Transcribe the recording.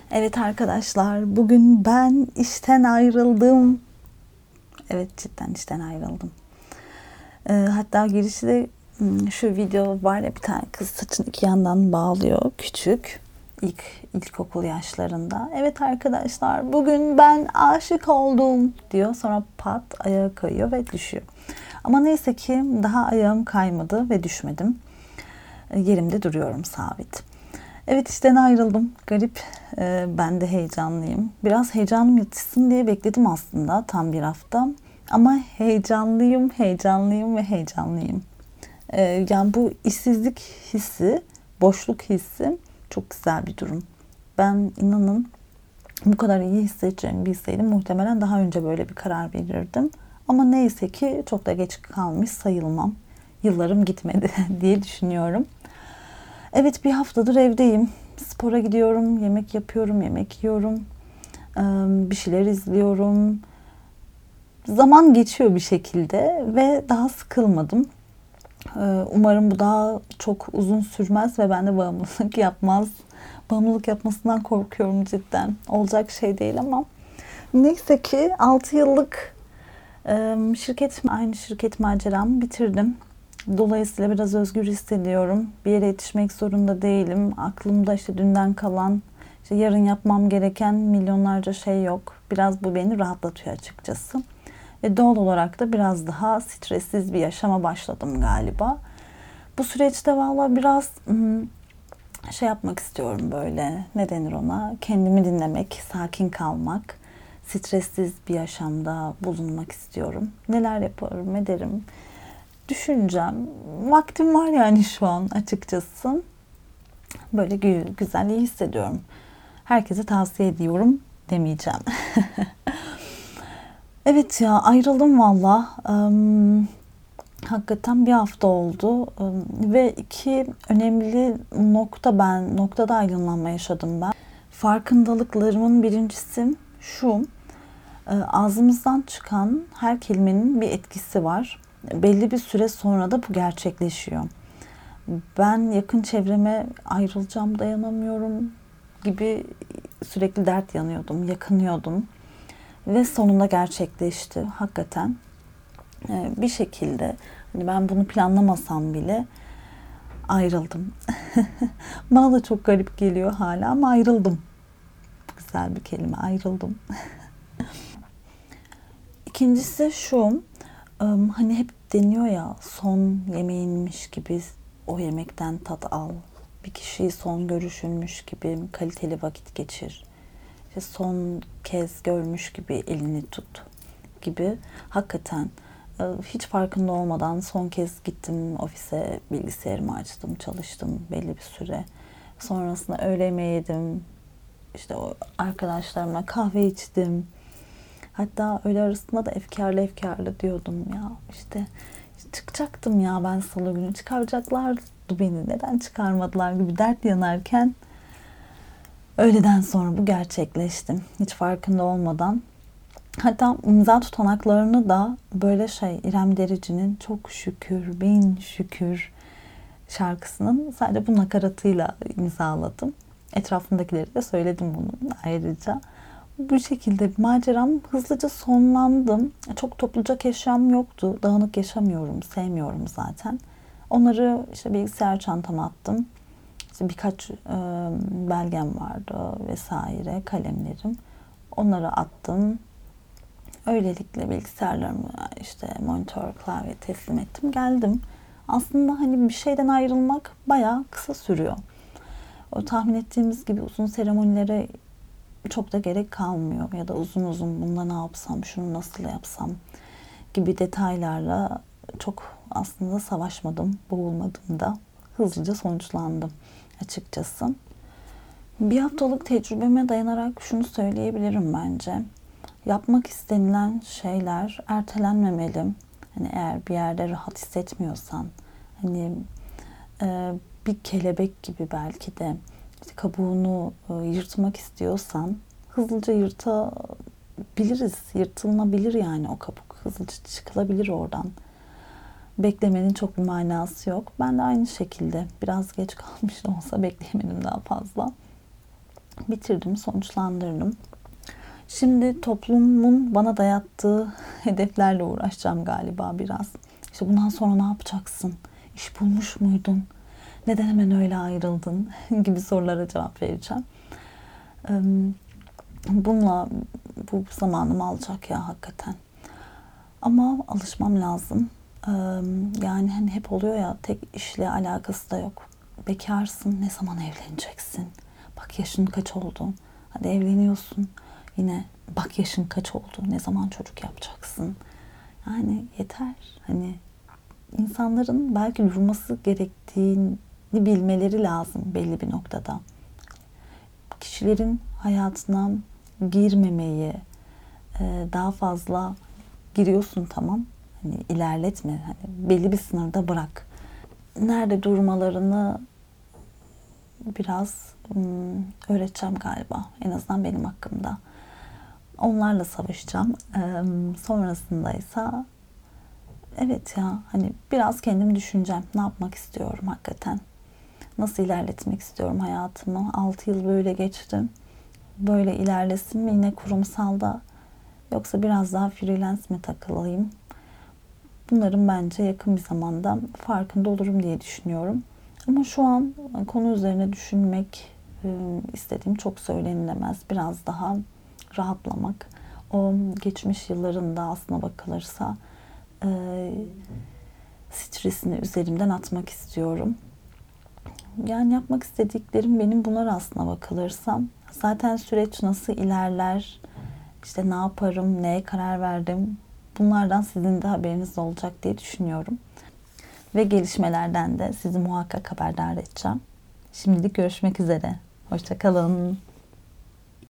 Evet arkadaşlar, bugün ben işten ayrıldım. Evet, cidden işten ayrıldım. Hatta girişte de şu video var ya, bir tane kız saçını iki yandan bağlıyor, küçük. İlkokul yaşlarında. Evet arkadaşlar, bugün ben aşık oldum diyor. Sonra pat ayağa kayıyor ve düşüyor. Ama neyse ki daha ayağım kaymadı ve düşmedim. Yerimde duruyorum sabit. Evet, işten ayrıldım. Garip. Ben de heyecanlıyım. Biraz heyecanım yatışsın diye bekledim aslında tam bir hafta. Ama heyecanlıyım, heyecanlıyım ve heyecanlıyım. Yani bu işsizlik hissi, boşluk hissi çok güzel bir durum. Ben inanın bu kadar iyi hissedeceğimi bilseydim muhtemelen daha önce böyle bir karar verirdim. Ama neyse ki çok da geç kalmış sayılmam. Yıllarım gitmedi diye düşünüyorum. Evet, bir haftadır evdeyim. Spora gidiyorum, yemek yapıyorum, yemek yiyorum. Bir şeyler izliyorum. Zaman geçiyor bir şekilde ve daha sıkılmadım. Umarım bu daha çok uzun sürmez ve ben de bağımlılık yapmaz. Bağımlılık yapmasından korkuyorum cidden. Olacak şey değil ama. Neyse ki 6 yıllık aynı şirket maceramı bitirdim. Dolayısıyla biraz özgür hissediyorum. Bir yere yetişmek zorunda değilim. Aklımda işte dünden kalan, işte yarın yapmam gereken milyonlarca şey yok. Biraz bu beni rahatlatıyor açıkçası. Ve doğal olarak da biraz daha stressiz bir yaşama başladım galiba. Bu süreçte valla biraz şey yapmak istiyorum, böyle ne denir ona, kendimi dinlemek, sakin kalmak, stressiz bir yaşamda bulunmak istiyorum. Neler yaparım, ederim, düşüneceğim. Vaktim var yani şu an açıkçası. Böyle güzel, iyi hissediyorum. Herkese tavsiye ediyorum demeyeceğim. Evet ya, ayrıldım valla. Hakikaten bir hafta oldu. Ve iki önemli noktada aydınlanma yaşadım ben. Farkındalıklarımın birincisi şu: ağzımızdan çıkan her kelimenin bir etkisi var. Belli bir süre sonra da bu gerçekleşiyor. Ben yakın çevreme ayrılacağım, dayanamıyorum gibi sürekli dert yanıyordum, yakınıyordum. Ve sonunda gerçekleşti hakikaten. Bir şekilde, hani ben bunu planlamasam bile ayrıldım. Bana da çok garip geliyor hala ama ayrıldım. Güzel bir kelime, ayrıldım. İkincisi şu: hani hep deniyor ya, son yemeğinmiş gibi o yemekten tat al. Bir kişiyi son görüşülmüş gibi kaliteli vakit geçir. İşte son kez görmüş gibi elini tut gibi. Hakikaten hiç farkında olmadan son kez gittim ofise, bilgisayarımı açtım, çalıştım belli bir süre. Sonrasında öğle yemeği yedim. İşte o arkadaşlarımla kahve içtim. Hatta öğle arasında da efkarlı diyordum ya. İşte çıkacaktım ya ben salı günü. Çıkaracaklardı beni. Neden çıkarmadılar gibi dert yanarken öğleden sonra bu gerçekleşti. Hiç farkında olmadan. Hatta imza tutanaklarını da böyle İrem Derici'nin Çok Şükür, Bin Şükür şarkısının sadece bu nakaratıyla imzaladım. Etrafımdakileri de söyledim bunu ayrıca. Bu şekilde maceram hızlıca sonlandı. Çok topluca eşyam yoktu. Dağınık yaşamıyorum, sevmiyorum zaten. Onları işte bilgisayar çantama attım. İşte birkaç belgem vardı vesaire, kalemlerim. Onları attım. Öylelikle bilgisayarlarımı, işte monitör, klavye teslim ettim. Geldim. Aslında hani bir şeyden ayrılmak bayağı kısa sürüyor. O tahmin ettiğimiz gibi uzun seremonilere çok da gerek kalmıyor. Ya da uzun uzun bunda ne yapsam, şunu nasıl yapsam gibi detaylarla çok aslında savaşmadım, boğulmadım da hızlıca sonuçlandım açıkçası. Bir haftalık tecrübeme dayanarak şunu söyleyebilirim bence. Yapmak istenilen şeyler ertelenmemeli. Hani eğer bir yerde rahat hissetmiyorsan, hani bir kelebek gibi belki de işte kabuğunu yırtmak istiyorsan hızlıca yırtabiliriz. Yırtılabilir yani o kabuk. Hızlıca çıkılabilir oradan. Beklemenin çok bir manası yok. Ben de aynı şekilde biraz geç kalmış da olsa bekleyemedim daha fazla. Bitirdim, sonuçlandırdım. Şimdi toplumun bana dayattığı hedeflerle uğraşacağım galiba biraz. İşte bundan sonra ne yapacaksın? İş bulmuş muydun? Neden hemen öyle ayrıldın? gibi sorulara cevap vereceğim. Bununla bu zamanımı alacak ya hakikaten. Ama alışmam lazım. Yani hani hep oluyor ya, tek işle alakası da yok. Bekarsın, ne zaman evleneceksin? Bak yaşın kaç oldu? Hadi evleniyorsun. Yine bak yaşın kaç oldu? Ne zaman çocuk yapacaksın? Yani yeter. Hani insanların belki durması gerektiğini bilmeleri lazım belli bir noktada. Kişilerin hayatına girmemeyi, daha fazla giriyorsun, tamam. Hani ilerletme. Hani belli bir sınırda bırak. Nerede durmalarını biraz öğreteceğim galiba. En azından benim hakkımda. Onlarla savaşacağım. Sonrasında ise evet ya, hani biraz kendim düşüneceğim. Ne yapmak istiyorum hakikaten? Nasıl ilerletmek istiyorum hayatımı? 6 yıl böyle geçti. Böyle ilerlesin mi yine kurumsalda, yoksa biraz daha freelance mi takılayım? Bunların bence yakın bir zamanda farkında olurum diye düşünüyorum. Ama şu an konu üzerine düşünmek istediğim çok söylenilemez. Biraz daha rahatlamak. O geçmiş yılların da aslına bakılırsa e, stresini üzerimden atmak istiyorum. Yani yapmak istediklerim benim bunlar aslına bakılırsa. Zaten süreç nasıl ilerler, işte ne yaparım, neye karar verdim, bunlardan sizin de haberiniz olacak diye düşünüyorum. Ve gelişmelerden de sizi muhakkak haberdar edeceğim. Şimdilik görüşmek üzere. Hoşça kalın.